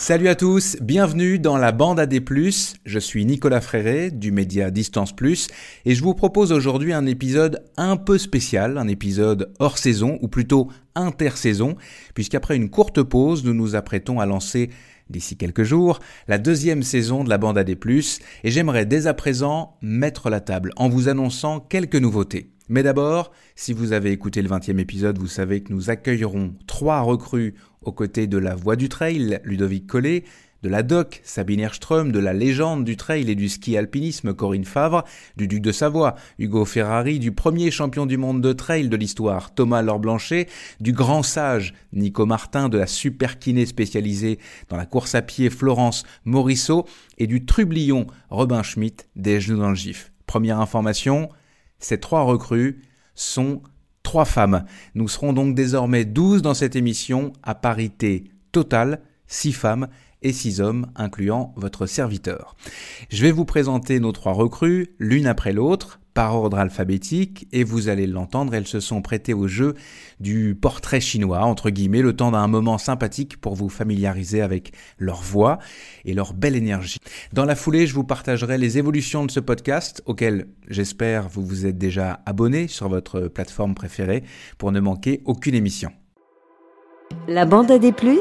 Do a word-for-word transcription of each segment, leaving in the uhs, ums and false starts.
Salut à tous, bienvenue dans la bande A D plus. Je suis Nicolas Fréré du média Distance Plus et je vous propose aujourd'hui un épisode un peu spécial, un épisode hors saison ou plutôt intersaison, puisqu'après une courte pause, nous nous apprêtons à lancer d'ici quelques jours la deuxième saison de la bande A D plus et j'aimerais dès à présent mettre la table en vous annonçant quelques nouveautés. Mais d'abord, si vous avez écouté le vingtième épisode, vous savez que nous accueillerons trois recrues aux côtés de la voix du trail, Ludovic Collet, de la doc, Sabine Erström, de la légende du trail et du ski alpinisme, Corinne Favre, du duc de Savoie, Hugo Ferrari, du premier champion du monde de trail de l'histoire, Thomas Laure-Blanchet, du grand sage, Nico Martin, de la super kiné spécialisée dans la course à pied, Florence Morisseau, et du trublion, Robin Schmitt, des genoux dans le gif. Première information, ces trois recrues sont trois femmes. Nous serons donc désormais douze dans cette émission à parité totale, six femmes et six hommes, incluant votre serviteur. Je vais vous présenter nos trois recrues, l'une après l'autre, par ordre alphabétique, et vous allez l'entendre, elles se sont prêtées au jeu du portrait chinois, entre guillemets, le temps d'un moment sympathique pour vous familiariser avec leur voix et leur belle énergie. Dans la foulée, je vous partagerai les évolutions de ce podcast, auquel j'espère vous vous êtes déjà abonné sur votre plateforme préférée, pour ne manquer aucune émission. La bande A D plus,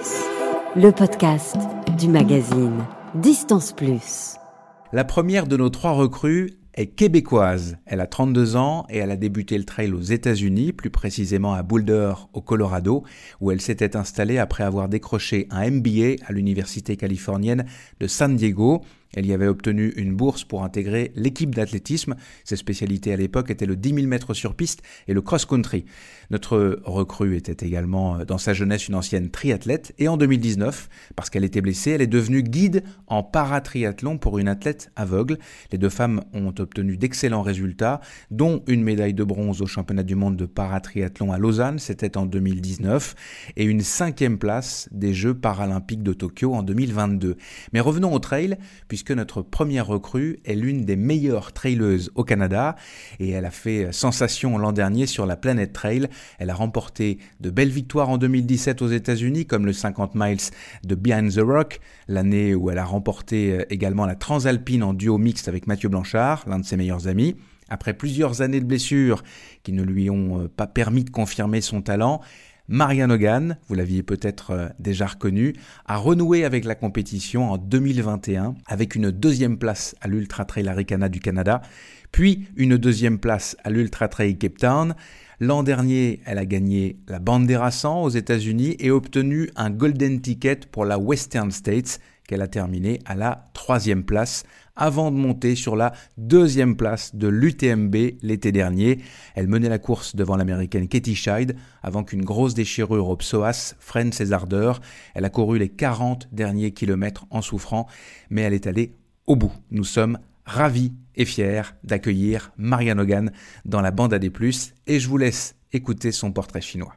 le podcast du magazine Distance Plus. La première de nos trois recrues est québécoise. Elle a trente-deux ans et elle a débuté le trail aux États-Unis, plus précisément à Boulder, au Colorado, où elle s'était installée après avoir décroché un M B A à l'université californienne de San Diego. Elle y avait obtenu une bourse pour intégrer l'équipe d'athlétisme. Ses spécialités à l'époque étaient le dix mille mètres sur piste et le cross-country. Notre recrue était également dans sa jeunesse une ancienne triathlète et en deux mille dix-neuf, parce qu'elle était blessée, elle est devenue guide en paratriathlon pour une athlète aveugle. Les deux femmes ont obtenu d'excellents résultats, dont une médaille de bronze au championnat du monde de paratriathlon à Lausanne, c'était en deux mille dix-neuf, et une cinquième place des Jeux paralympiques de Tokyo en deux mille vingt-deux. Mais revenons au trail, puisque puisque notre première recrue est l'une des meilleures traileuses au Canada et elle a fait sensation l'an dernier sur la Planet Trail. Elle a remporté de belles victoires en deux mille dix-sept aux États-Unis, comme le cinquante miles de Behind the Rock, l'année où elle a remporté également la Transalpine en duo mixte avec Mathieu Blanchard, l'un de ses meilleurs amis. Après plusieurs années de blessures qui ne lui ont pas permis de confirmer son talent, Marianne Hogan, vous l'aviez peut-être déjà reconnu, a renoué avec la compétition en deux mille vingt et un avec une deuxième place à l'Ultra Trail Arikana du Canada, puis une deuxième place à l'Ultra Trail Cape Town. L'an dernier, elle a gagné la Bandera cent aux États-Unis et obtenu un Golden Ticket pour la Western States qu'elle a terminé à la troisième place avant de monter sur la deuxième place de l'U T M B l'été dernier. Elle menait la course devant l'américaine Katie Scheid avant qu'une grosse déchirure au psoas freine ses ardeurs. Elle a couru les quarante derniers kilomètres en souffrant, mais elle est allée au bout. Nous sommes ravis et fiers d'accueillir Marianne Hogan dans la bande A D plus et je vous laisse écouter son portrait chinois.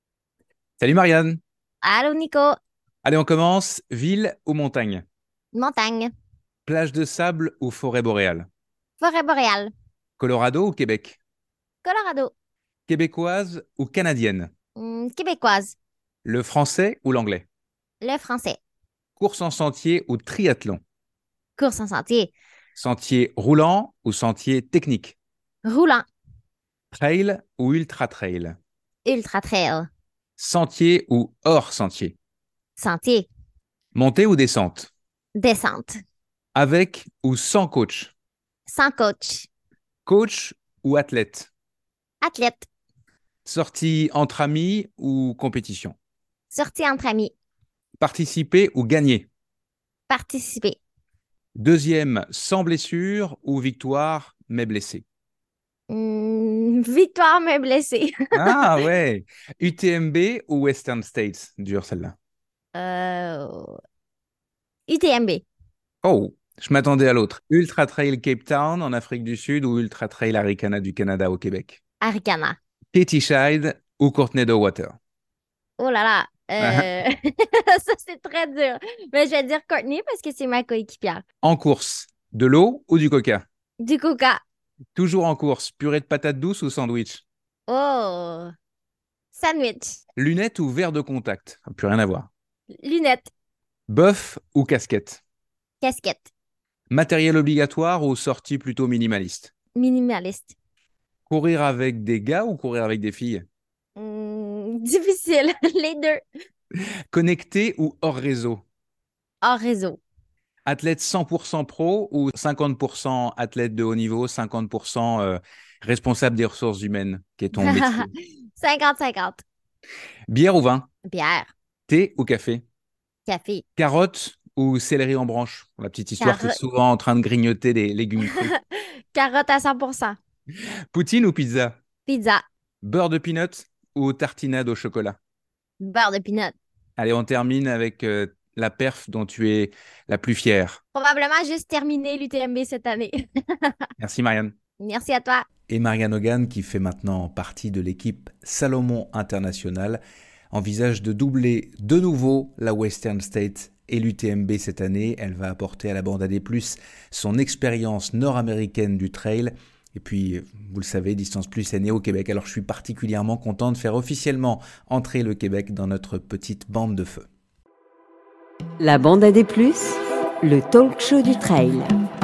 Salut Marianne. Allô Nico. Allez, on commence. Ville ou montagne? Montagne. Plage de sable ou forêt boréale? Forêt boréale. Colorado ou Québec? Colorado. Québécoise ou canadienne? Hum, québécoise. Le français ou l'anglais? Le français. Course en sentier ou triathlon? Course en sentier. Sentier roulant ou sentier technique? Roulant. Trail ou ultra trail? Ultra trail. Sentier ou hors sentier? Sentier. Montée ou descente? Descente. Avec ou sans coach? Sans coach. Coach ou athlète? Athlète. Sortie entre amis ou compétition? Sortie entre amis. Participer ou gagner? Participer. Deuxième sans blessure ou victoire mais blessé? Hum, victoire mais blessée. Ah ouais. U T M B ou Western States? Dure celle-là. euh... U T M B. Oh, je m'attendais à l'autre. Ultra Trail Cape Town en Afrique du Sud ou Ultra Trail Arikana du Canada au Québec? Arikana. Katie Scheid ou Courtney Dauwalter? Oh là là. Euh... Ça, c'est très dur. Mais je vais dire Courtney parce que c'est ma coéquipière. En course, de l'eau ou du coca? Du coca. Toujours en course, purée de patates douces ou sandwich? Oh. Sandwich. Lunettes ou verre de contact? Plus rien à voir. Lunettes. Bœuf ou casquette? Casquette. Matériel obligatoire ou sortie plutôt minimaliste? Minimaliste. Courir avec des gars ou courir avec des filles? Hmm, difficile. Les deux. Connecté ou hors réseau? Hors réseau. Athlète cent pour cent pro ou cinquante pour cent athlète de haut niveau, cinquante pour cent euh, responsable des ressources humaines, qui est ton métier? cinquante cinquante. Bière ou vin? Bière. Thé ou café? Café. Carotte ou céleri en branche? La petite histoire, tu es Caro- souvent en train de grignoter des légumes crus. Carotte à cent pour cent. Poutine ou pizza? Pizza. Beurre de peanut ou tartinade au chocolat? Beurre de pinot. Allez, on termine avec euh, la perf dont tu es la plus fière. Probablement juste terminé l'U T M B cette année. Merci Marianne. Merci à toi. Et Marianne Hogan, qui fait maintenant partie de l'équipe Salomon International, envisage de doubler de nouveau la Western State et l'U T M B cette année. Elle va apporter à la bande A D plus, son expérience nord-américaine du trail. Et puis, vous le savez, Distance Plus est né au Québec. Alors je suis particulièrement content de faire officiellement entrer le Québec dans notre petite bande de feu. La bande A D plus, le talk show du trail.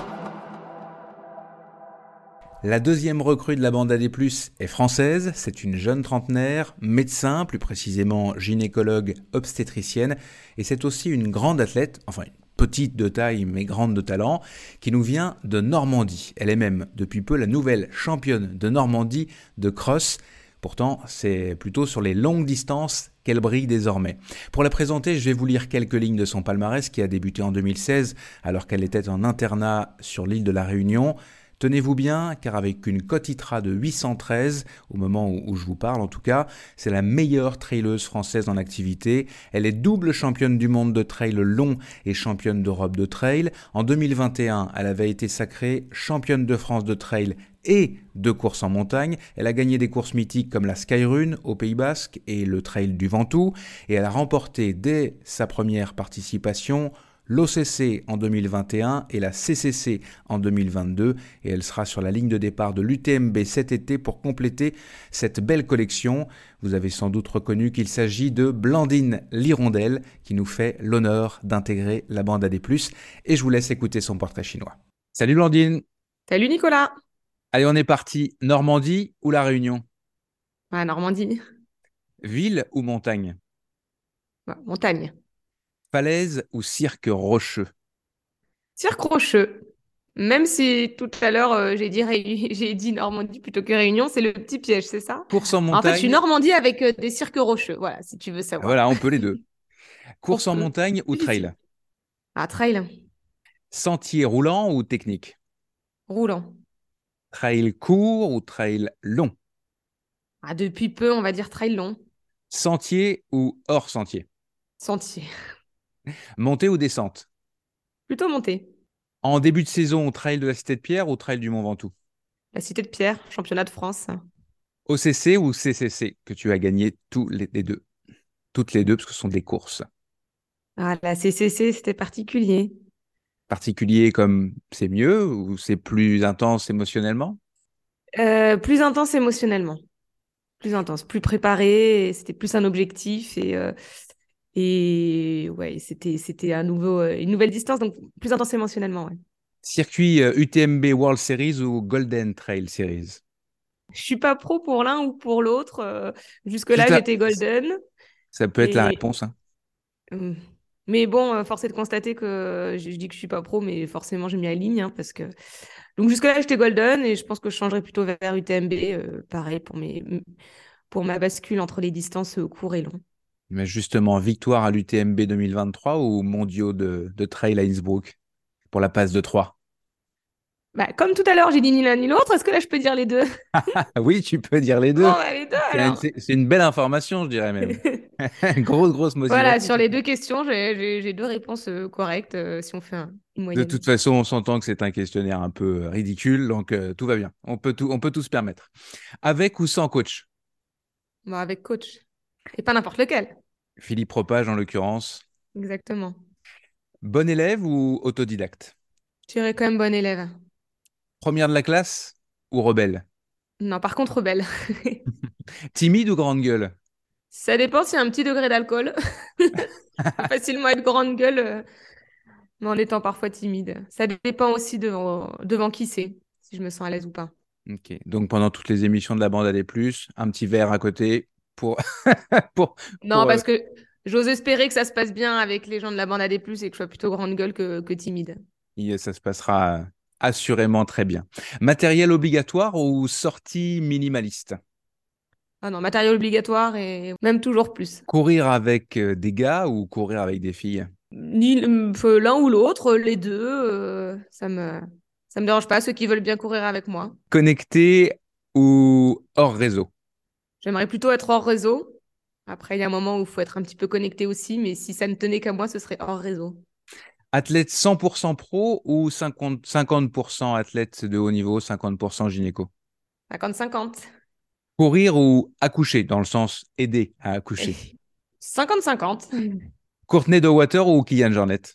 La deuxième recrue de la bande A D plus, est française. C'est une jeune trentenaire, médecin, plus précisément gynécologue obstétricienne. Et c'est aussi une grande athlète, enfin une petite de taille mais grande de talent, qui nous vient de Normandie. Elle est même depuis peu la nouvelle championne de Normandie de cross. Pourtant, c'est plutôt sur les longues distances qu'elle brille désormais. Pour la présenter, je vais vous lire quelques lignes de son palmarès qui a débuté en deux mille seize alors qu'elle était en internat sur l'île de la Réunion. Tenez-vous bien, car avec une cote I T R A de huit cent treize, au moment où je vous parle en tout cas, c'est la meilleure traileuse française en activité. Elle est double championne du monde de trail long et championne d'Europe de trail. En deux mille vingt et un, elle avait été sacrée championne de France de trail et de course en montagne. Elle a gagné des courses mythiques comme la Skyrun au Pays Basque et le Trail du Ventoux. Et elle a remporté dès sa première participation l'O C C en deux mille vingt et un et la C C C en deux mille vingt-deux, et elle sera sur la ligne de départ de l'U T M B cet été pour compléter cette belle collection. Vous avez sans doute reconnu qu'il s'agit de Blandine Lirondelle qui nous fait l'honneur d'intégrer la bande A D plus, et je vous laisse écouter son portrait chinois. Salut Blandine. Salut Nicolas. Allez, on est parti. Normandie ou La Réunion? Ouais, Normandie. Ville ou montagne? Ouais, montagne. Falaise ou cirque rocheux? Cirque Rocheux. Même si tout à l'heure euh, j'ai dit, Ré- j'ai dit Normandie plutôt que Réunion, c'est le petit piège, c'est ça? Course en En fait, je suis montagne. Normandie avec euh, des cirques rocheux. Voilà, si tu veux savoir. Voilà, on peut les deux. On Course en peut. montagne ou Difficile. trail? Ah, trail. Sentier roulant ou technique? Roulant. Trail court ou trail long? Ah, depuis peu, on va dire trail long. Sentier ou hors sentier? Sentier. Montée ou descente? Plutôt monté. En début de saison, trail de la Cité de Pierre ou trail du Mont Ventoux? La Cité de Pierre, championnat de France. O C C ou C C C, que tu as gagné tous les, les deux? Toutes les deux, parce que ce sont des courses. Ah, la C C C, c'était particulier. Particulier comme c'est mieux ou c'est plus intense émotionnellement? Euh, plus intense émotionnellement. Plus intense, plus préparé. et C'était plus un objectif et euh, Et ouais, c'était c'était un nouveau, euh, une nouvelle distance, donc plus intense émotionnellement. Ouais. Circuit euh, U T M B World Series ou Golden Trail Series? Je suis pas pro pour l'un ou pour l'autre. euh, Tout jusque-là, à- j'étais golden. Ça peut être la Et, réponse, hein. euh, mais bon, euh, force est de constater que je, je dis que je suis pas pro, mais forcément, j'ai mis la ligne. Hein, parce que... Donc jusque-là, j'étais golden et je pense que je changerais plutôt vers U T M B. euh, pareil pour, mes, pour ma bascule entre les distances euh, court et long. Mais justement, victoire à l'U T M B deux mille vingt-trois ou mondiaux de, de trail à Innsbruck pour la passe de Troyes? Bah, comme tout à l'heure, j'ai dit ni l'un ni l'autre. Est-ce que là, je peux dire les deux? Ah oui, tu peux dire les Bon, deux. bah, les deux C'est une, alors. c'est- c'est une belle information, je dirais même. Grosse, grosse Voilà, motivation. sur les deux questions, j'ai j'ai- j'ai deux réponses euh, correctes euh, si on fait un- une De moyenne. toute façon, on s'entend que c'est un questionnaire un peu euh, ridicule, donc euh, tout va bien. On peut tout, on peut tout se permettre. Avec ou sans coach? Bon, avec coach. Et pas n'importe lequel. Philippe Propage en l'occurrence. Exactement. Bon élève ou autodidacte? Je dirais quand même bon élève. Première de la classe ou rebelle? Non, par contre, rebelle. Timide ou grande gueule? Ça dépend s'il y a un petit degré d'alcool. Je peux facilement être grande gueule, euh, mais en étant parfois timide. Ça dépend aussi devant, devant qui c'est, si je me sens à l'aise ou pas. Ok. Donc pendant toutes les émissions de la bande A D plus, un petit verre à côté pour, pour, Non, pour euh, parce que j'ose espérer que ça se passe bien avec les gens de la bande A D plus, et que je sois plutôt grande gueule que, que timide. y- ça se passera assurément très bien. Matériel obligatoire ou sortie minimaliste? Ah non, matériel obligatoire et même toujours plus. Courir avec euh, des gars ou courir avec des filles? Ni l- faut l'un ou l'autre, les deux, euh, ça me, ça me dérange pas. Ceux qui veulent bien courir avec moi. Connecté ou hors réseau? J'aimerais plutôt être hors réseau. Après, il y a un moment où il faut être un petit peu connecté aussi, mais si ça ne tenait qu'à moi, ce serait hors réseau. Athlète cent pour cent pro ou cinquante, cinquante pour cent athlète de haut niveau, cinquante pour cent gynéco? cinquante cinquante. Courir ou accoucher, dans le sens aider à accoucher? cinquante cinquante. Courtney Dowater ou Kylian Jornet?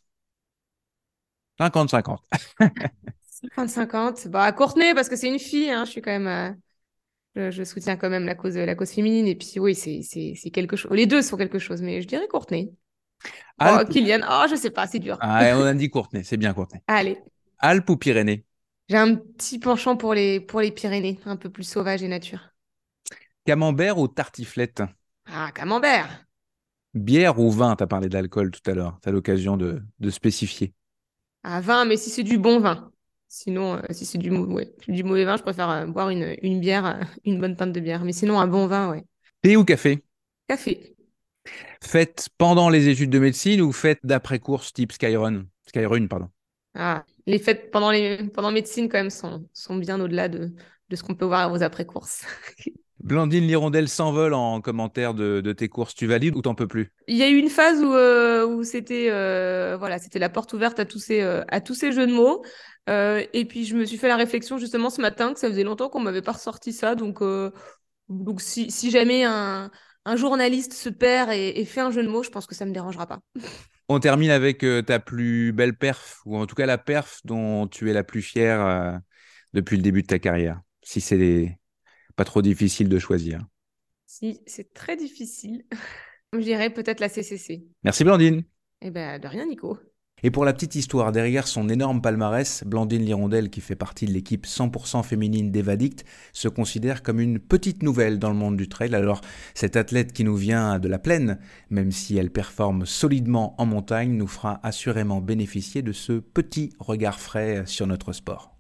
cinquante cinquante. cinquante cinquante. Bah, Courtenay, parce que c'est une fille, hein, je suis quand même. euh, je, je soutiens quand même la cause, la cause féminine. Et puis, oui, c'est c'est- c'est quelque chose. Les deux sont quelque chose, mais je dirais Courtenay. Bon, Alpes. Kylian, oh, je sais pas, c'est dur. Ah, on a dit Courtney, c'est bien Courtney. Allez. Alpes ou Pyrénées? J'ai un petit penchant pour les, pour les Pyrénées, un peu plus sauvage et nature. Camembert ou tartiflette? Ah, camembert. Bière ou vin? T'as parlé d'alcool tout à l'heure. T'as l'occasion de, de spécifier. Ah, vin, mais si c'est du bon vin. Sinon, euh, si c'est du, mau- ouais, du mauvais vin, je préfère euh, boire une, une bière, euh, une bonne pinte de bière. Mais sinon, un bon vin, ouais. Thé ou café? Café. Faites pendant les études de médecine ou faites d'après-course type Skyrun? Skyrun, pardon. Ah, les fêtes pendant, les, pendant médecine, quand même, sont, sont bien au-delà de, de ce qu'on peut voir aux après-courses. Blandine Lirondelle s'envole en commentaire de, de tes courses. Tu valides ou t'en peux plus? Il y a eu une phase où, euh, où c'était euh, voilà, c'était la porte ouverte à tous ces, euh, à tous ces jeux de mots. Euh, et puis, je me suis fait la réflexion justement ce matin que ça faisait longtemps qu'on m'avait pas ressorti ça. Donc, euh, donc si, si jamais un, un journaliste se perd et, et fait un jeu de mots, je pense que ça me dérangera pas. On termine avec euh, ta plus belle perf, ou en tout cas la perf dont tu es la plus fière euh, depuis le début de ta carrière, si c'est pas trop difficile de choisir. Si, c'est très difficile. Je dirais peut-être la C C C. Merci Blandine. Eh ben, de rien, Nico. Et pour la petite histoire, derrière son énorme palmarès, Blandine Lirondelle, qui fait partie de l'équipe cent pour cent féminine d'Evadict, se considère comme une petite nouvelle dans le monde du trail. Alors, cette athlète qui nous vient de la plaine, même si elle performe solidement en montagne, nous fera assurément bénéficier de ce petit regard frais sur notre sport.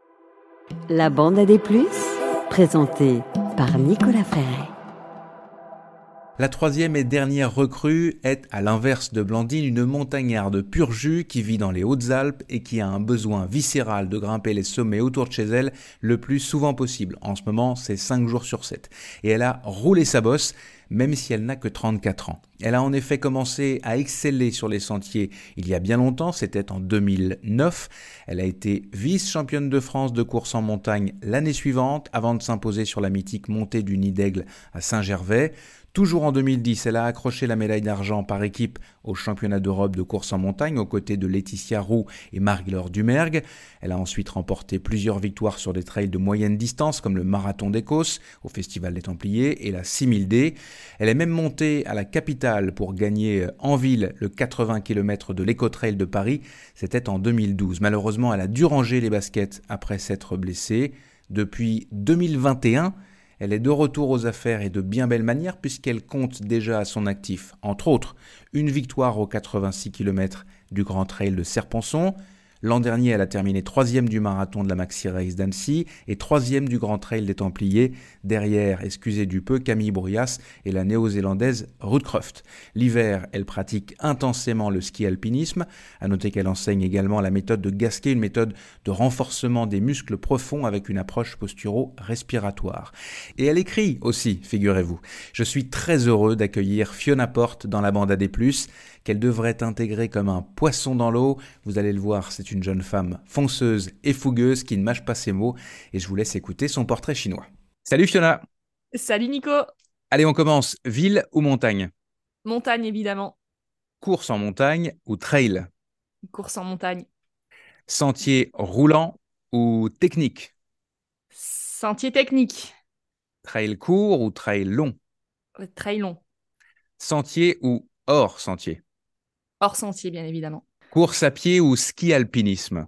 La bande à des plus, présentée par Nicolas Ferret. La troisième et dernière recrue est, à l'inverse de Blandine, une montagnarde pur jus qui vit dans les Hautes-Alpes et qui a un besoin viscéral de grimper les sommets autour de chez elle le plus souvent possible. En ce moment, c'est cinq jours sur sept. Et elle a roulé sa bosse, même si elle n'a que trente-quatre ans. Elle a en effet commencé à exceller sur les sentiers il y a bien longtemps, c'était en deux mille neuf. Elle a été vice-championne de France de course en montagne l'année suivante, avant de s'imposer sur la mythique montée du Nid d'Aigle à Saint-Gervais. Toujours en deux mille dix, elle a accroché la médaille d'argent par équipe au championnat d'Europe de course en montagne aux côtés de Laetitia Roux et Marie-Laure Dumergue. Elle a ensuite remporté plusieurs victoires sur des trails de moyenne distance comme le Marathon d'Écosse au Festival des Templiers et la six mille D. Elle est même montée à la capitale pour gagner en ville le quatre-vingts kilomètres de l'Éco-Trail de Paris. C'était en deux mille douze. Malheureusement, elle a dû ranger les baskets après s'être blessée. Depuis deux mille vingt et un, elle est de retour aux affaires et de bien belle manière puisqu'elle compte déjà à son actif, entre autres, une victoire aux quatre-vingt-six kilomètres du Grand Trail de Serponçon. L'an dernier, elle a terminé troisième du marathon de la Maxi Race d'Annecy et troisième du Grand Trail des Templiers, derrière, excusez du peu, Camille Bruyas et la néo-zélandaise Ruth Croft. L'hiver, elle pratique intensément le ski alpinisme. À noter qu'elle enseigne également la méthode de Gasquet, une méthode de renforcement des muscles profonds avec une approche posturo-respiratoire. Et elle écrit aussi, figurez-vous. Je suis très heureux d'accueillir Fiona Porte dans la bande A D plus, qu'elle devrait intégrer comme un poisson dans l'eau. Vous allez le voir, c'est une jeune femme fonceuse et fougueuse qui ne mâche pas ses mots, et je vous laisse écouter son portrait chinois. Salut Fiona. Salut Nico. Allez, on commence. Ville ou montagne? Montagne évidemment. Course en montagne ou trail? Course en montagne. Sentier roulant ou technique? Sentier technique. Trail court ou trail long? Euh, Trail long. Sentier ou hors sentier? Hors sentier, bien évidemment. Course à pied ou ski alpinisme?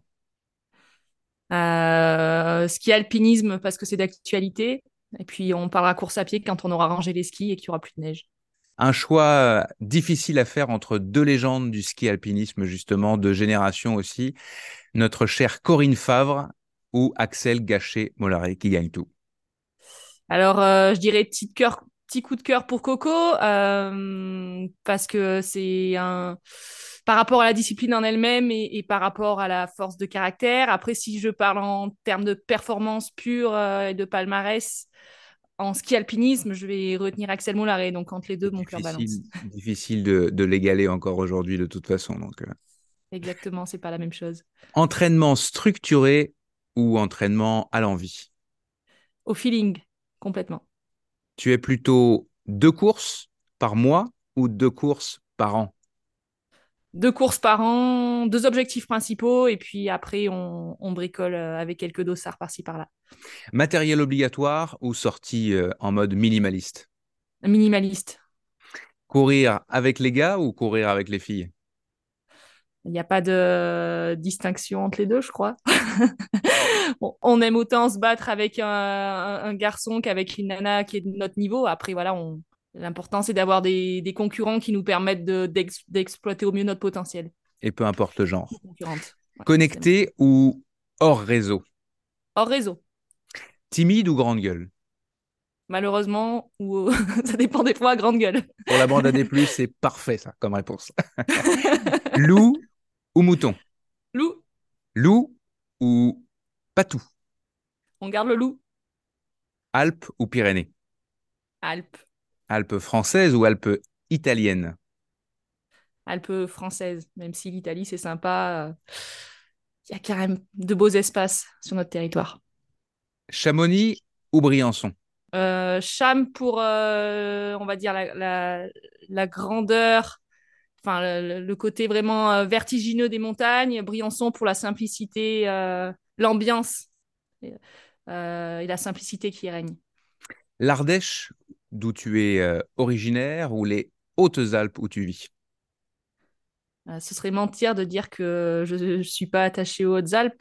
Euh, ski alpinisme parce que c'est d'actualité. Et puis on parlera course à pied quand on aura rangé les skis et qu'il n'y aura plus de neige. Un choix difficile à faire entre deux légendes du ski alpinisme, justement, de génération aussi. Notre chère Corinne Favre ou Axel Gachet-Mollaret qui gagne tout. Alors, euh, je dirais petit, cœur, petit coup de cœur pour Coco, euh, parce que c'est un... par rapport à la discipline en elle-même et, et par rapport à la force de caractère. Après, si je parle en termes de performance pure euh, et de palmarès, en ski alpinisme, je vais retenir Axel Mollaret. Donc, entre les deux, C'est mon cœur balance. difficile, difficile de, de l'égaler encore aujourd'hui de toute façon. Donc, euh. Exactement, c'est pas la même chose. Entraînement structuré ou entraînement à l'envie? Au feeling, complètement. Tu es plutôt deux courses par mois ou deux courses par an? Deux courses par an, deux objectifs principaux, et puis après, on, on bricole euh, avec quelques dossards par-ci par-là. Matériel obligatoire ou sortie euh, en mode minimaliste? Minimaliste. Courir avec les gars ou courir avec les filles? Il n'y a pas de distinction entre les deux, je crois. on, on aime autant se battre avec un, un garçon qu'avec une nana qui est de notre niveau. Après, voilà, on... l'important, c'est d'avoir des, des concurrents qui nous permettent de, d'ex- d'exploiter au mieux notre potentiel. Et peu importe le genre. Concurrente. Ouais, c'est- Connecté ou hors réseau? hors réseau. Timide ou grande gueule? Malheureusement, ou ça dépend des fois, grande gueule. Pour la bande A D plus, c'est parfait ça comme réponse. Loup ou mouton? Loup, Loup ou patou? on garde le loup. Alpes ou Pyrénées? Alpes. Alpes françaises ou Alpes italiennes? Alpes françaises, même si l'Italie, c'est sympa. euh, Il y a quand même de beaux espaces sur notre territoire. Chamonix ou Briançon? Euh, Cham pour, euh, on va dire, la, la, la grandeur, enfin, le, le côté vraiment euh, vertigineux des montagnes. Briançon pour la simplicité, euh, l'ambiance euh, et la simplicité qui règne. L'Ardèche, d'où tu es euh, originaire, ou les Hautes-Alpes où tu vis? Euh, ce serait mentir de dire que je ne suis pas attachée aux Hautes-Alpes,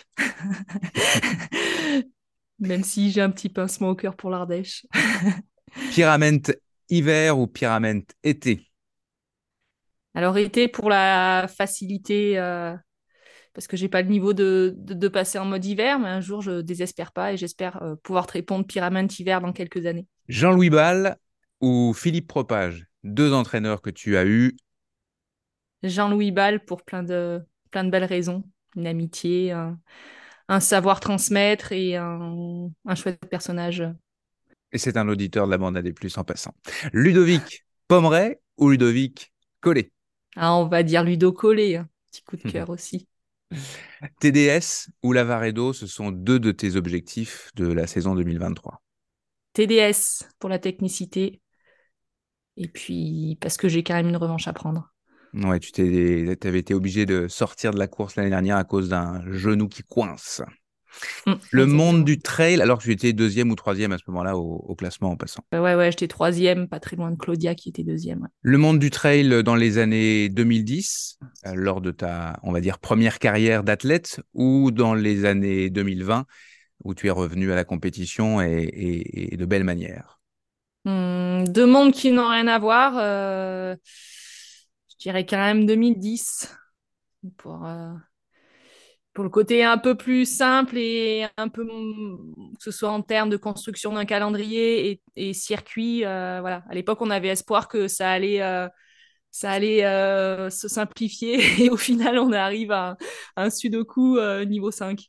même si j'ai un petit pincement au cœur pour l'Ardèche. Pyramente hiver ou Pyramente été? Alors, été pour la facilité, euh, parce que j'ai pas le niveau de, de, de passer en mode hiver, mais un jour, je désespère pas et j'espère euh, pouvoir te répondre Pyramide hiver dans quelques années. Jean-Louis Ball ou Philippe Propage? Deux entraîneurs que tu as eus. Jean-Louis Ball pour plein de, plein de belles raisons. Une amitié, un, un savoir transmettre et un, un chouette personnage. Et c'est un auditeur de la bande A D plus en passant. Ludovic Pomeray ou Ludovic Collet? Ah, on va dire Ludo Collet, hein. Petit coup de cœur aussi. T D S ou Lavaredo, ce sont deux de tes objectifs de la saison deux mille vingt-trois. T D S pour la technicité. Et puis, parce que j'ai quand même une revanche à prendre. Ouais, tu t'es, t'avais été obligé de sortir de la course l'année dernière à cause d'un genou qui coince. Mmh, Le monde exactement. du trail, alors que tu étais deuxième ou troisième à ce moment-là au, au classement en passant. Euh, ouais, ouais, j'étais troisième, pas très loin de Claudia qui était deuxième. Ouais. Le monde du trail dans les années deux mille dix, euh, lors de ta, on va dire, première carrière d'athlète, ou dans les années deux mille vingt, où tu es revenu à la compétition et, et- et de belle manière. Hum, deux mondes qui n'ont rien à voir. euh, je dirais quand même deux mille dix pour, euh, pour le côté un peu plus simple et un peu, que ce soit en termes de construction d'un calendrier et, et circuit. euh, voilà. À l'époque, on avait espoir que ça allait, euh, ça allait euh, se simplifier et au final, on arrive à, à un sudoku euh, niveau cinq.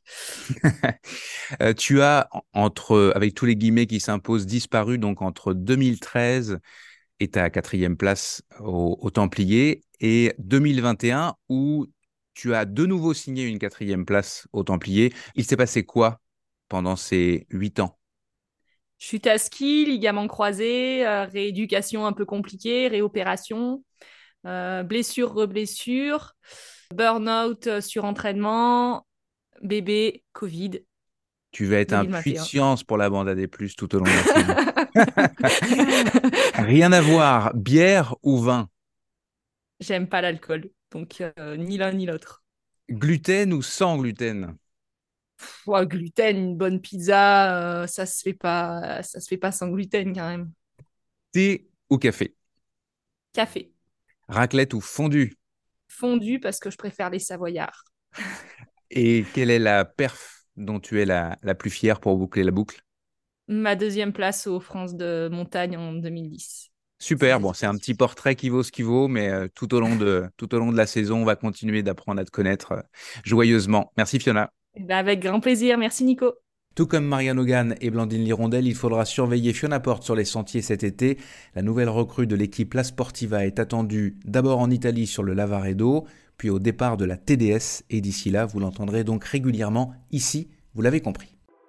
Euh, tu as, en- entre, avec tous les guillemets qui s'imposent, disparu donc entre deux mille treize et ta quatrième place au, au Templiers et deux mille vingt et un où tu as de nouveau signé une quatrième place au Templiers. Il s'est passé quoi pendant ces huit ans? Chute à ski, ligament croisé, euh, rééducation un peu compliquée, réopération, euh, blessure, reblessure, burn-out, euh, surentraînement, bébé, Covid, Tu vas être un puits de deux mille vingt et un. science pour la bande A D plus tout au long de la saison. Rien à voir, bière ou vin? J'aime pas l'alcool, donc euh, ni l'un ni l'autre. Gluten ou sans gluten? Ouais, gluten, une bonne pizza, euh, ça se fait pas, ça se fait pas sans gluten quand même. Thé ou café? Café, Raclette ou fondue? fondu parce que je préfère les savoyards. Et quelle est la perf dont tu es la, la plus fière pour boucler la boucle? Ma deuxième place aux France de montagne en deux mille dix. C'est Super, bon, c'est un petit réciproque. portrait qui vaut ce qui vaut, mais euh, tout au long de, tout au long de la saison, on va continuer d'apprendre à te connaître euh, joyeusement. Merci Fiona. Eh ben, avec grand plaisir. Merci Nico. Tout comme Marianne Hogan et Blandine Lirondelle, il faudra surveiller Fiona Porte sur les sentiers cet été. La nouvelle recrue de l'équipe La Sportiva est attendue d'abord en Italie sur le Lavaredo, puis au départ de la T D S, et d'ici là, vous l'entendrez donc régulièrement ici, vous l'avez compris.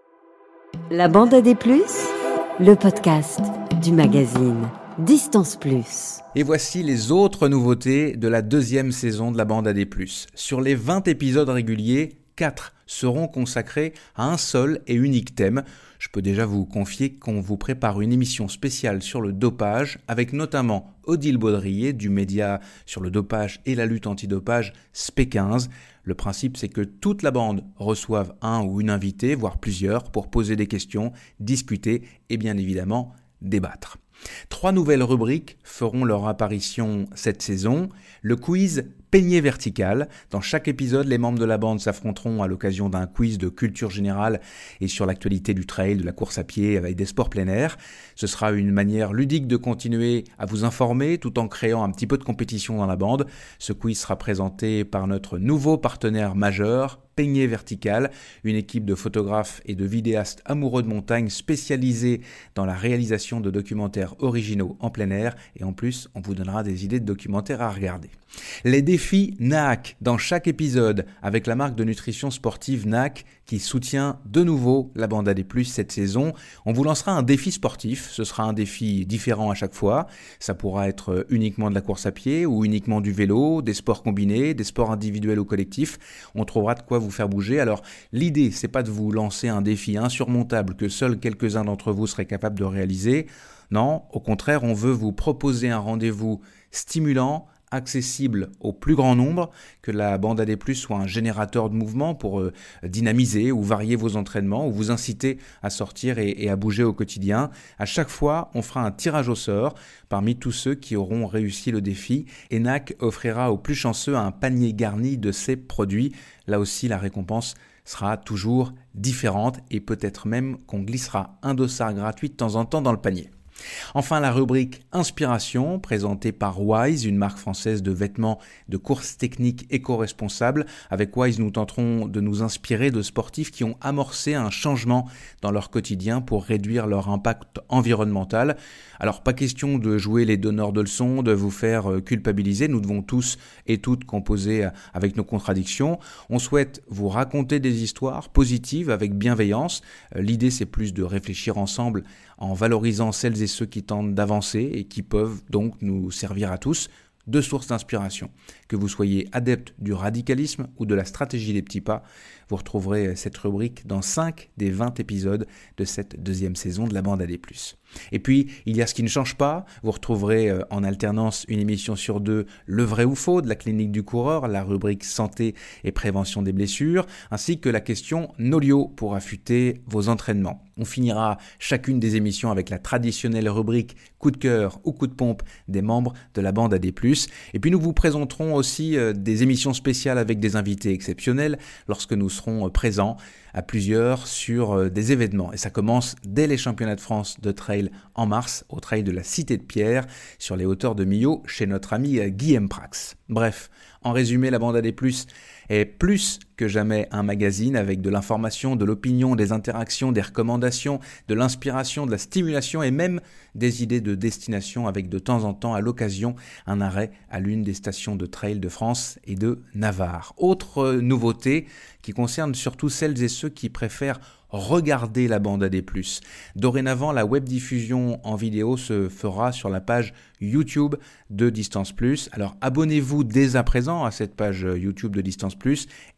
La bande à des plus, le podcast du magazine Distance Plus. Et voici les autres nouveautés de la deuxième saison de la bande A D plus. Sur les vingt épisodes réguliers, quatre seront consacrés à un seul et unique thème. Je peux déjà vous confier qu'on vous prépare une émission spéciale sur le dopage, avec notamment Odile Baudrier du média sur le dopage et la lutte antidopage S P quinze. Le principe, c'est que toute la bande reçoive un ou une invitée, voire plusieurs, pour poser des questions, discuter et bien évidemment débattre. Trois nouvelles rubriques feront leur apparition cette saison. Le quiz Peigné vertical. Dans chaque épisode, les membres de la bande s'affronteront à l'occasion d'un quiz de culture générale et sur l'actualité du trail, de la course à pied avec des sports plein air. Ce sera une manière ludique de continuer à vous informer tout en créant un petit peu de compétition dans la bande. Ce quiz sera présenté par notre nouveau partenaire majeur, Peigné vertical, une équipe de photographes et de vidéastes amoureux de montagne spécialisés dans la réalisation de documentaires originaux en plein air, et en plus on vous donnera des idées de documentaires à regarder. Les défis N A C dans chaque épisode, avec la marque de nutrition sportive N A C qui soutient de nouveau la bande A D plus cette saison. On vous lancera un défi sportif, ce sera un défi différent à chaque fois. Ça pourra être uniquement de la course à pied ou uniquement du vélo, des sports combinés, des sports individuels ou collectifs. On trouvera de quoi vous faire bouger. Alors l'idée, c'est pas de vous lancer un défi insurmontable que seuls quelques-uns d'entre vous seraient capables de réaliser. Non, au contraire, on veut vous proposer un rendez-vous stimulant, accessible au plus grand nombre, que la bande A D plus soit un générateur de mouvement pour euh, dynamiser ou varier vos entraînements ou vous inciter à sortir et, et à bouger au quotidien. À chaque fois, on fera un tirage au sort parmi tous ceux qui auront réussi le défi. Et N A C offrira aux plus chanceux un panier garni de ses produits. Là aussi, la récompense sera toujours différente et peut-être même qu'on glissera un dossard gratuit de temps en temps dans le panier. Enfin, la rubrique Inspiration, présentée par Wise, une marque française de vêtements de course technique éco-responsable. Avec Wise, nous tenterons de nous inspirer de sportifs qui ont amorcé un changement dans leur quotidien pour réduire leur impact environnemental. Alors, pas question de jouer les donneurs de leçons, de vous faire culpabiliser. Nous devons tous et toutes composer avec nos contradictions. On souhaite vous raconter des histoires positives avec bienveillance. L'idée, c'est plus de réfléchir ensemble en valorisant celles et ceux qui tentent d'avancer et qui peuvent donc nous servir à tous de sources d'inspiration. Que vous soyez adepte du radicalisme ou de la stratégie des petits pas, vous retrouverez cette rubrique dans cinq des vingt épisodes de cette deuxième saison de la bande A D plus. Et puis, il y a ce qui ne change pas. Vous retrouverez en alternance une émission sur deux, Le vrai ou faux de la clinique du coureur, la rubrique santé et prévention des blessures, ainsi que la question Nolio pour affûter vos entraînements. On finira chacune des émissions avec la traditionnelle rubrique coup de cœur ou coup de pompe des membres de la bande A D plus. Et puis nous vous présenterons aussi des émissions spéciales avec des invités exceptionnels lorsque nous serons présents à plusieurs sur des événements. Et ça commence dès les championnats de France de trail en mars, au trail de la Cité de Pierre, sur les hauteurs de Millau, chez notre ami Guillaume Prax. Bref, en résumé, la bande A D plus est plus que jamais un magazine avec de l'information, de l'opinion, des interactions, des recommandations, de l'inspiration, de la stimulation et même des idées de destination avec de temps en temps à l'occasion un arrêt à l'une des stations de trail de France et de Navarre. Autre nouveauté qui concerne surtout celles et ceux qui préfèrent regarder la bande A D plus. Dorénavant, la web diffusion en vidéo se fera sur la page YouTube de Distance Plus. Alors abonnez-vous dès à présent à cette page YouTube de Distance Plus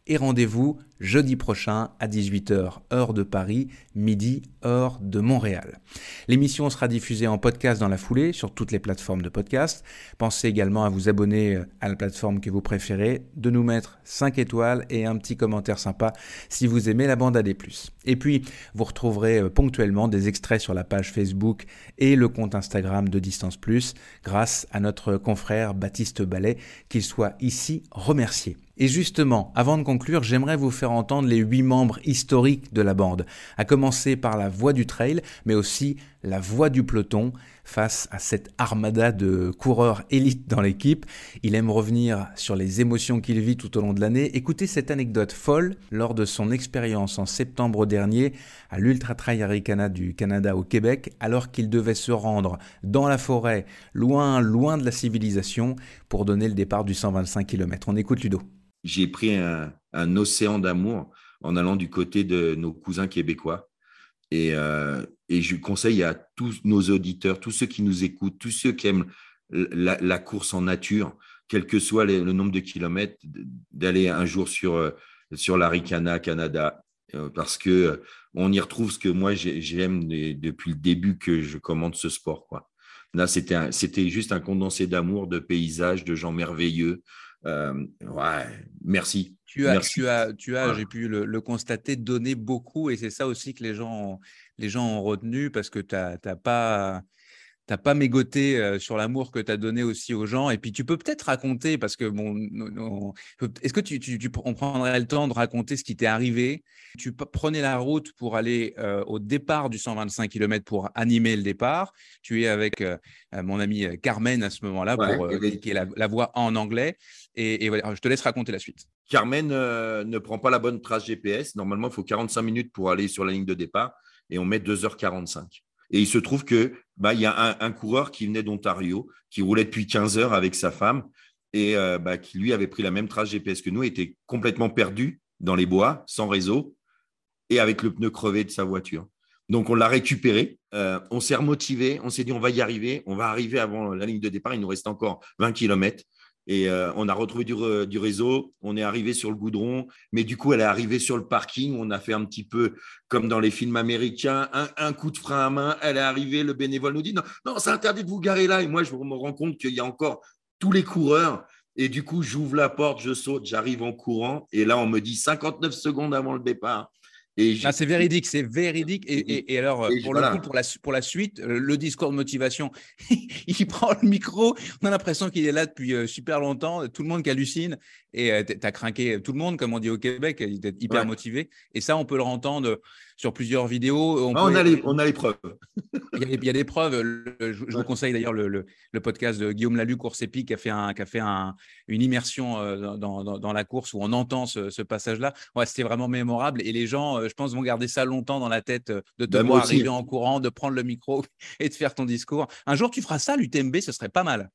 Et rendez-vous jeudi prochain à dix-huit heures, heure de Paris, midi, heure de Montréal. L'émission sera diffusée en podcast dans la foulée sur toutes les plateformes de podcast. Pensez également à vous abonner à la plateforme que vous préférez, de nous mettre cinq étoiles et un petit commentaire sympa si vous aimez la bande A D plus. Et puis, vous retrouverez ponctuellement des extraits sur la page Facebook et le compte Instagram de Distance Plus grâce à notre confrère Baptiste Ballet, qu'il soit ici remercié. Et justement, avant de conclure, j'aimerais vous faire entendre les huit membres historiques de la bande, à commencer par la voix du trail, mais aussi la voix du peloton face à cette armada de coureurs élites dans l'équipe. Il aime revenir sur les émotions qu'il vit tout au long de l'année. Écoutez cette anecdote folle lors de son expérience en septembre dernier à l'Ultra Trail Arikana du Canada au Québec, alors qu'il devait se rendre dans la forêt, loin, loin de la civilisation, pour donner le départ du cent vingt-cinq kilomètres. On écoute Ludo. J'ai pris un, un océan d'amour en allant du côté de nos cousins québécois. Et, euh, et je conseille à tous nos auditeurs, tous ceux qui nous écoutent, tous ceux qui aiment la, la course en nature, quel que soit les, le nombre de kilomètres, d'aller un jour sur, sur l'Arikana Canada, parce qu'on y retrouve ce que moi j'aime depuis le début que je commande ce sport, quoi. Là, c'était, un, c'était juste un condensé d'amour, de paysages, de gens merveilleux. Euh, ouais, merci. Tu as, merci. tu as, tu as, Voilà. J'ai pu le, le constater, donné beaucoup, et c'est ça aussi que les gens ont, les gens ont retenu, parce que tu n'as pas, t'as pas mégoté euh, sur l'amour que tu as donné aussi aux gens. Et puis tu peux peut-être raconter, parce que bon, on, est-ce que tu, tu, tu, on prendrait le temps de raconter ce qui t'est arrivé? Tu prenais la route pour aller euh, au départ du cent vingt-cinq kilomètres pour animer le départ. Tu es avec euh, mon amie Carmen à ce moment-là, Ouais, pour euh, les... qui est la, la voix en anglais. Et, et voilà, je te laisse raconter la suite. Carmen euh, ne prend pas la bonne trace G P S. Normalement, il faut quarante-cinq minutes pour aller sur la ligne de départ et on met deux heures quarante-cinq. Et il se trouve que bah, y a un, un coureur qui venait d'Ontario, qui roulait depuis quinze heures avec sa femme et euh, bah, qui lui avait pris la même trace G P S que nous, était complètement perdu dans les bois, sans réseau et avec le pneu crevé de sa voiture. Donc, on l'a récupéré. Euh, on s'est remotivé. On s'est dit, on va y arriver. On va arriver avant la ligne de départ. Il nous reste encore vingt kilomètres. Et euh, on a retrouvé du, du réseau, on est arrivé sur le goudron, mais du coup, elle est arrivée sur le parking. On a fait un petit peu comme dans les films américains, un, un coup de frein à main. Elle est arrivée, le bénévole nous dit non, non, c'est interdit de vous garer là. Et moi, je me rends compte qu'il y a encore tous les coureurs. Et du coup, j'ouvre la porte, je saute, j'arrive en courant. Et là, on me dit cinquante-neuf secondes avant le départ. Et ah, c'est véridique, c'est véridique. Et, et, et alors, et pour voilà. le coup, pour la, pour la suite, le discours de motivation, il prend le micro. On a l'impression qu'il est là depuis super longtemps. Tout le monde qui hallucine. Et tu as craqué tout le monde, comme on dit au Québec. Il était hyper ouais. motivé. Et ça, on peut le entendre sur plusieurs vidéos. On, ah, peut... on, a, les, on a les preuves. Il y a, il y a des preuves. Le, je, je ouais. vous conseille d'ailleurs le, le, le podcast de Guillaume Lalu, Course Épique, qui a fait, un, qui a fait un, une immersion dans, dans, dans la course où on entend ce, ce passage-là. Ouais, c'était vraiment mémorable. Et les gens, je pense, vont garder ça longtemps dans la tête, de te ben voir arriver en courant, de prendre le micro et de faire ton discours. Un jour, tu feras ça, l'U T M B, ce serait pas mal.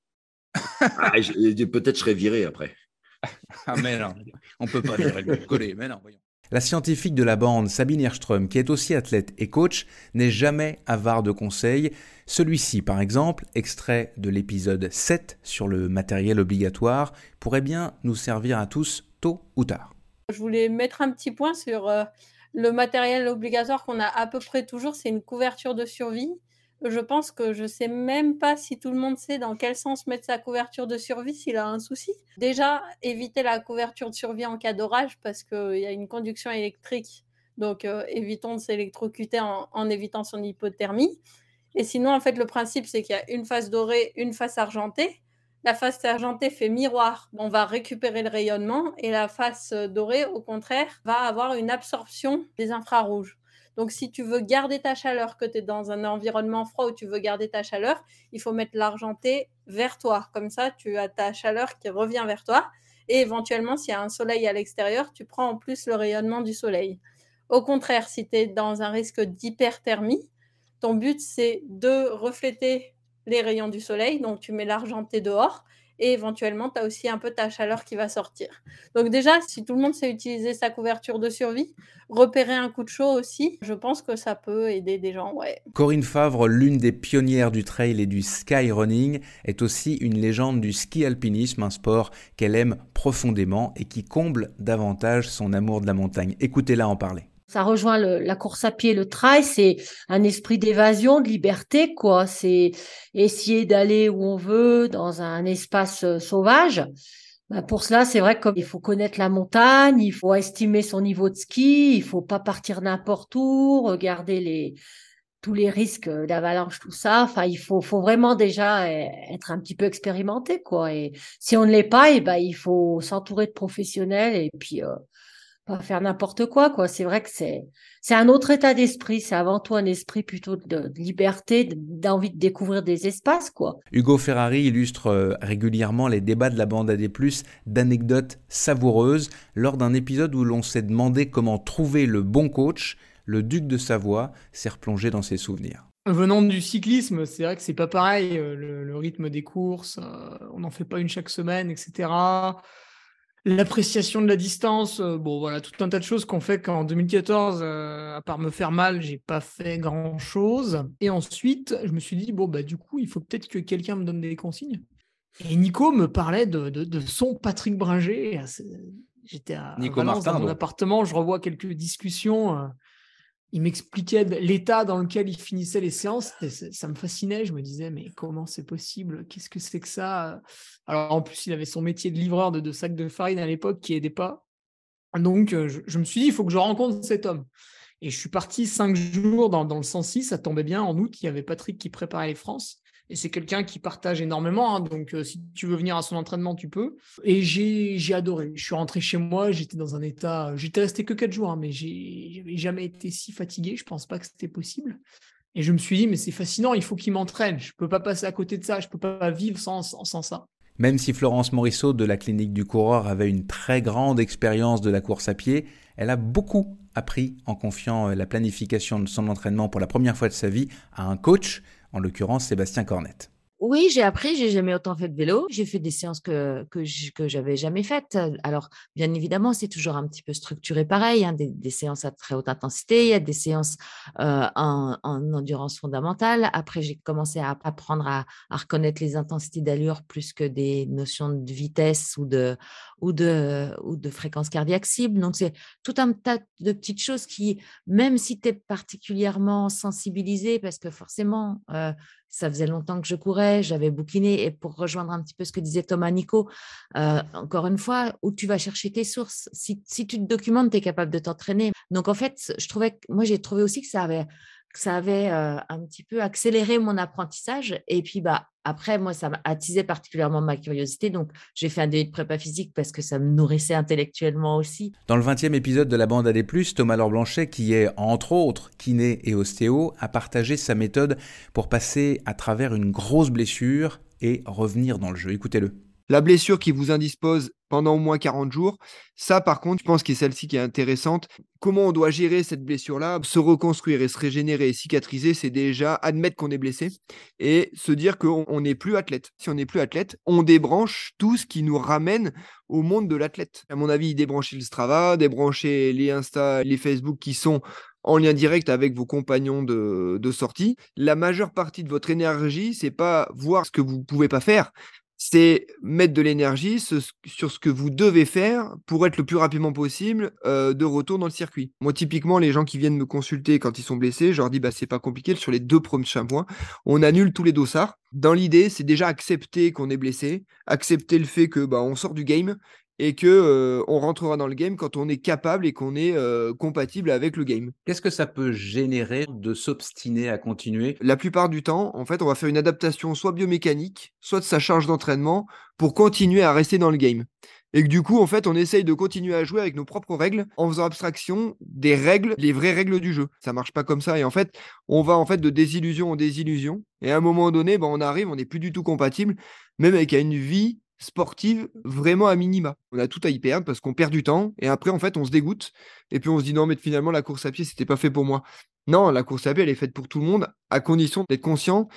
ah, je, peut-être je serai viré après. Ah, mais non, on ne peut pas virer le coller, mais non, voyons. La scientifique de la bande, Sabine Hirschström, qui est aussi athlète et coach, n'est jamais avare de conseils. Celui-ci, par exemple, extrait de l'épisode sept sur le matériel obligatoire, pourrait bien nous servir à tous tôt ou tard. Je voulais mettre un petit point sur euh, le matériel obligatoire qu'on a à peu près toujours, c'est une couverture de survie. Je pense que je ne sais même pas si tout le monde sait dans quel sens mettre sa couverture de survie s'il a un souci. Déjà, éviter la couverture de survie en cas d'orage parce qu'il y a une conduction électrique. Donc, euh, évitons de s'électrocuter en, en évitant son hypothermie. Et sinon, en fait, le principe, c'est qu'il y a une face dorée, une face argentée. La face argentée fait miroir. On va récupérer le rayonnement et la face dorée, au contraire, va avoir une absorption des infrarouges. Donc, si tu veux garder ta chaleur, que tu es dans un environnement froid où tu veux garder ta chaleur, il faut mettre l'argenté vers toi. Comme ça, tu as ta chaleur qui revient vers toi. Et éventuellement, s'il y a un soleil à l'extérieur, tu prends en plus le rayonnement du soleil. Au contraire, si tu es dans un risque d'hyperthermie, ton but, c'est de refléter les rayons du soleil. Donc, tu mets l'argenté dehors et éventuellement, tu as aussi un peu ta chaleur qui va sortir. Donc déjà, si tout le monde sait utiliser sa couverture de survie, repérer un coup de chaud aussi, je pense que ça peut aider des gens, ouais. Corinne Favre, l'une des pionnières du trail et du skyrunning, est aussi une légende du ski alpinisme, un sport qu'elle aime profondément et qui comble davantage son amour de la montagne. Écoutez-la en parler. Ça rejoint le, la course à pied, le trail, c'est un esprit d'évasion, de liberté, quoi. C'est essayer d'aller où on veut, dans un espace euh, sauvage. Bah, pour cela, c'est vrai qu'il faut connaître la montagne, il faut estimer son niveau de ski, il faut pas partir n'importe où, regarder les, tous les risques d'avalanche, tout ça. Enfin, il faut, faut vraiment déjà euh, être un petit peu expérimenté, quoi. Et si on ne l'est pas, et ben, il faut s'entourer de professionnels et puis euh, pas faire n'importe quoi, quoi. C'est vrai que c'est, c'est un autre état d'esprit. C'est avant tout un esprit plutôt de, de liberté, de- d'envie de découvrir des espaces, quoi. Hugo Ferrari illustre euh, régulièrement les débats de la bande A D plus, d'anecdotes savoureuses. Lors d'un épisode où l'on s'est demandé comment trouver le bon coach, le duc de Savoie s'est replongé dans ses souvenirs. Venant du cyclisme, c'est vrai que c'est pas pareil, euh, le, le rythme des courses, euh, on n'en fait pas une chaque semaine, et cetera. L'appréciation de la distance, euh, bon voilà, tout un tas de choses qu'on fait qu'en deux mille quatorze, euh, à part me faire mal, j'ai pas fait grand-chose. Et ensuite, je me suis dit, bon bah du coup, il faut peut-être que quelqu'un me donne des consignes. Et Nico me parlait de, de, de son Patrick Bringer. C'est- J'étais à Nico Valence Martin, dans mon donc. appartement, je revois quelques discussions. euh, il m'expliquait de- l'état dans lequel il finissait les séances. Et c'est- ça me fascinait. Je me disais, mais comment c'est possible? Qu'est-ce que c'est que ça? Alors, en plus, il avait son métier de livreur de, de sacs de farine à l'époque qui aidait pas. Donc, euh, je, je me suis dit, il faut que je rencontre cet homme. Et je suis parti cinq jours dans, dans le cent six. Ça tombait bien. En août, il y avait Patrick qui préparait les France. Et c'est quelqu'un qui partage énormément. hein. Donc, euh, si tu veux venir à son entraînement, tu peux. Et j'ai, j'ai adoré. Je suis rentré chez moi. J'étais dans un état. J'étais resté que quatre jours, hein, mais j'ai, j'avais jamais été si fatigué. Je pense pas que c'était possible. Et je me suis dit, mais c'est fascinant. Il faut qu'il m'entraîne. Je peux pas passer à côté de ça. Je peux pas vivre sans, sans, sans ça. Même si Florence Morisseau de la clinique du coureur avait une très grande expérience de la course à pied, elle a beaucoup appris en confiant euh, la planification de son entraînement pour la première fois de sa vie à un coach, en l'occurrence Sébastien Cornette. Oui, j'ai appris, j'ai jamais autant fait de vélo. J'ai fait des séances que, que, j- que j'avais jamais faites. Alors, bien évidemment, c'est toujours un petit peu structuré pareil, hein, des, des séances à très haute intensité, il y a des séances euh, en, en endurance fondamentale. Après, j'ai commencé à apprendre à, à reconnaître les intensités d'allure plus que des notions de vitesse ou de, ou de, ou de fréquence cardiaque cible. Donc, c'est tout un tas de petites choses qui, même si tu es particulièrement sensibilisé, parce que forcément, euh, ça faisait longtemps que je courais, j'avais bouquiné. Et pour rejoindre un petit peu ce que disait Thomas Nico, euh, encore une fois, où tu vas chercher tes sources. Si, si tu te documentes, tu es capable de t'entraîner. Donc, en fait, je trouvais que, moi, j'ai trouvé aussi que ça avait, que ça avait euh, un petit peu accéléré mon apprentissage. Et puis, bah, après, moi, ça m'a attisé particulièrement ma curiosité. Donc, j'ai fait un D E de prépa physique parce que ça me nourrissait intellectuellement aussi. Dans le vingtième épisode de la bande A D plus, Thomas Laure-Blanchet, qui est entre autres kiné et ostéo, a partagé sa méthode pour passer à travers une grosse blessure et revenir dans le jeu. Écoutez-le. La blessure qui vous indispose pendant au moins quarante jours, ça par contre, je pense que c'est celle-ci qui est intéressante. Comment on doit gérer cette blessure-là? Se reconstruire et se régénérer et cicatriser, c'est déjà admettre qu'on est blessé et se dire qu'on on n'est plus athlète. Si on n'est plus athlète, on débranche tout ce qui nous ramène au monde de l'athlète. À mon avis, débrancher le Strava, débrancher les Insta, les Facebook qui sont en lien direct avec vos compagnons de, de sortie. La majeure partie de votre énergie, c'est pas voir ce que vous pouvez pas faire, c'est mettre de l'énergie ce- sur ce que vous devez faire pour être le plus rapidement possible euh, de retour dans le circuit. Moi, typiquement, les gens qui viennent me consulter quand ils sont blessés, je leur dis, bah, c'est pas compliqué, sur les deux prochains points, on annule tous les dossards. Dans l'idée, c'est déjà accepter qu'on est blessé, accepter le fait que bah, on sort du game et que euh, on rentrera dans le game quand on est capable et qu'on est euh, compatible avec le game. Qu'est-ce que ça peut générer de s'obstiner à continuer? La plupart du temps, en fait, on va faire une adaptation soit biomécanique, soit de sa charge d'entraînement pour continuer à rester dans le game. Et que du coup, en fait, on essaye de continuer à jouer avec nos propres règles en faisant abstraction des règles, les vraies règles du jeu. Ça marche pas comme ça. Et en fait, on va en fait de désillusion en désillusion. Et à un moment donné, ben, on arrive, on n'est plus du tout compatible, même avec une vie sportive vraiment à minima. On a tout à y perdre parce qu'on perd du temps et après en fait on se dégoûte et puis on se dit non mais finalement la course à pied c'était pas fait pour moi. Non, la course à pied elle est faite pour tout le monde à condition d'être conscient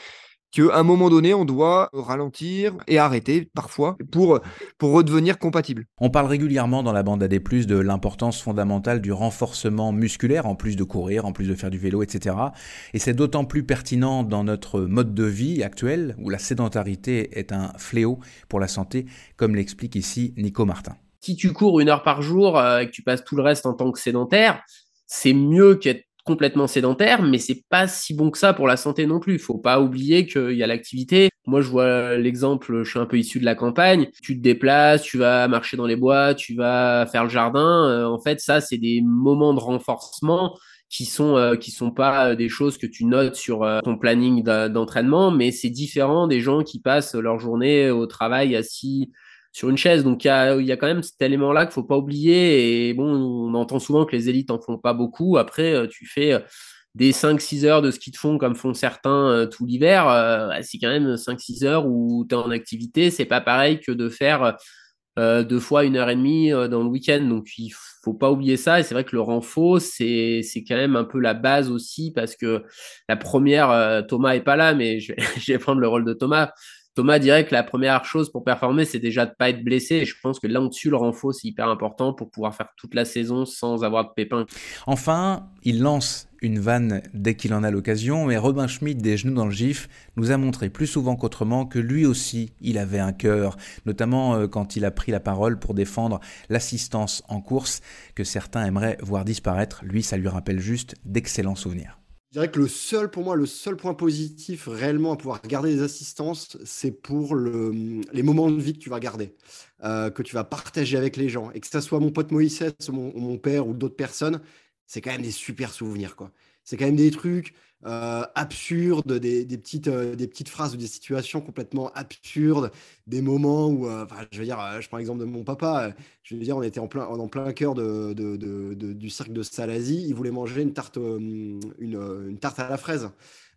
qu'à un moment donné, on doit ralentir et arrêter parfois pour, pour redevenir compatible. On parle régulièrement dans la bande A D plus, de l'importance fondamentale du renforcement musculaire, en plus de courir, en plus de faire du vélo, et cetera. Et c'est d'autant plus pertinent dans notre mode de vie actuel, où la sédentarité est un fléau pour la santé, comme l'explique ici Nico Martin. Si tu cours une heure par jour euh, et que tu passes tout le reste en tant que sédentaire, c'est mieux qu'être complètement sédentaire, mais c'est pas si bon que ça pour la santé non plus. Faut pas oublier qu'il y a l'activité. Moi, je vois l'exemple, je suis un peu issu de la campagne. Tu te déplaces, tu vas marcher dans les bois, tu vas faire le jardin. Euh, en fait, ça, c'est des moments de renforcement qui sont euh, qui sont pas des choses que tu notes sur euh, ton planning d'entraînement, mais c'est différent des gens qui passent leur journée au travail assis sur une chaise. Donc, il y a, il y a quand même cet élément-là qu'il faut pas oublier. Et bon, on entend souvent que les élites en font pas beaucoup. Après, tu fais des cinq six heures de ski de fond comme font certains euh, tout l'hiver. Euh, c'est quand même cinq six heures où tu es en activité. C'est pas pareil que de faire euh, deux fois une heure et demie euh, dans le week-end. Donc, il faut pas oublier ça. Et c'est vrai que le renfort, c'est, c'est quand même un peu la base aussi parce que la première, euh, Thomas est pas là, mais je vais, je vais prendre le rôle de Thomas. Thomas dirait que la première chose pour performer, c'est déjà de ne pas être blessé. Et je pense que là-dessus, le renfort, c'est hyper important pour pouvoir faire toute la saison sans avoir de pépins. Enfin, il lance une vanne dès qu'il en a l'occasion, mais Robin Schmidt, des genoux dans le gif, nous a montré plus souvent qu'autrement que lui aussi, il avait un cœur, notamment quand il a pris la parole pour défendre l'assistance en course, que certains aimeraient voir disparaître. Lui, ça lui rappelle juste d'excellents souvenirs. Je dirais que le seul, pour moi, le seul point positif réellement à pouvoir garder des assistances, c'est pour le, les moments de vie que tu vas garder, euh, que tu vas partager avec les gens. Et que ça soit mon pote Moïse, mon, mon père ou d'autres personnes, c'est quand même des super souvenirs, quoi. C'est quand même des trucs euh, absurdes, des, des, petites, euh, des petites phrases ou des situations complètement absurdes, des moments où, euh, je veux dire, euh, je prends l'exemple de mon papa, euh, je veux dire, on était en plein, en plein cœur de, de, de, de, du cirque de Salazie, il voulait manger une tarte, euh, une, une tarte à la fraise.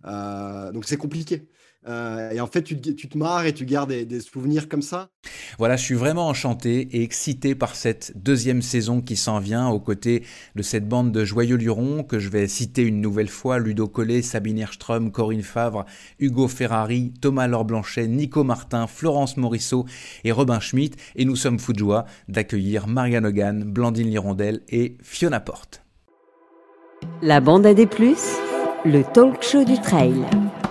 Euh, donc c'est compliqué. Euh, et en fait, tu, tu te marres et tu gardes des, des souvenirs comme ça. Voilà, je suis vraiment enchanté et excité par cette deuxième saison qui s'en vient aux côtés de cette bande de joyeux lurons que je vais citer une nouvelle fois: Ludo Collet, Sabine Hirschström, Corinne Favre, Hugo Ferrari, Thomas Laure-Blanchet, Nico Martin, Florence Morisseau et Robin Schmidt. Et nous sommes fous de joie d'accueillir Marianne Hogan, Blandine Lirondelle et Fiona Porte. La bande A D plus, le talk show du trail.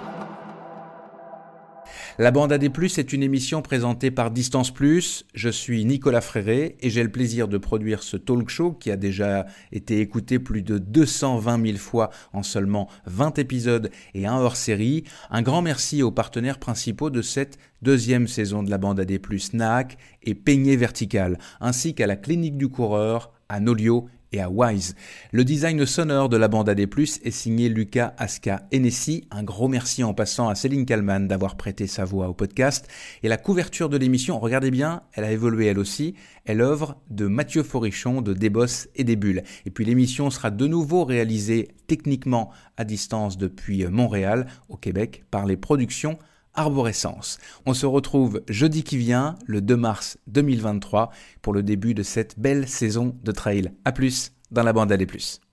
La bande A D plus est une émission présentée par Distance Plus. Je suis Nicolas Fréré et j'ai le plaisir de produire ce talk show qui a déjà été écouté plus de deux cent vingt mille fois en seulement vingt épisodes et un hors-série. Un grand merci aux partenaires principaux de cette deuxième saison de la bande A D plus, N A A C et Peigné Vertical, ainsi qu'à la Clinique du Coureur, à Nolio et à Wise. Le design sonore de la bande A D plus est signé Lucas Aska Hennessy. Un gros merci en passant à Céline Kallmann d'avoir prêté sa voix au podcast. Et la couverture de l'émission, regardez bien, elle a évolué elle aussi. Elle œuvre de Mathieu Forichon de Desbosses et des Bulles. Et puis l'émission sera de nouveau réalisée techniquement à distance depuis Montréal, au Québec, par les productions Arborescence. On se retrouve jeudi qui vient, le deux mars deux mille vingt-trois, pour le début de cette belle saison de trail. À plus dans la bande A D plus.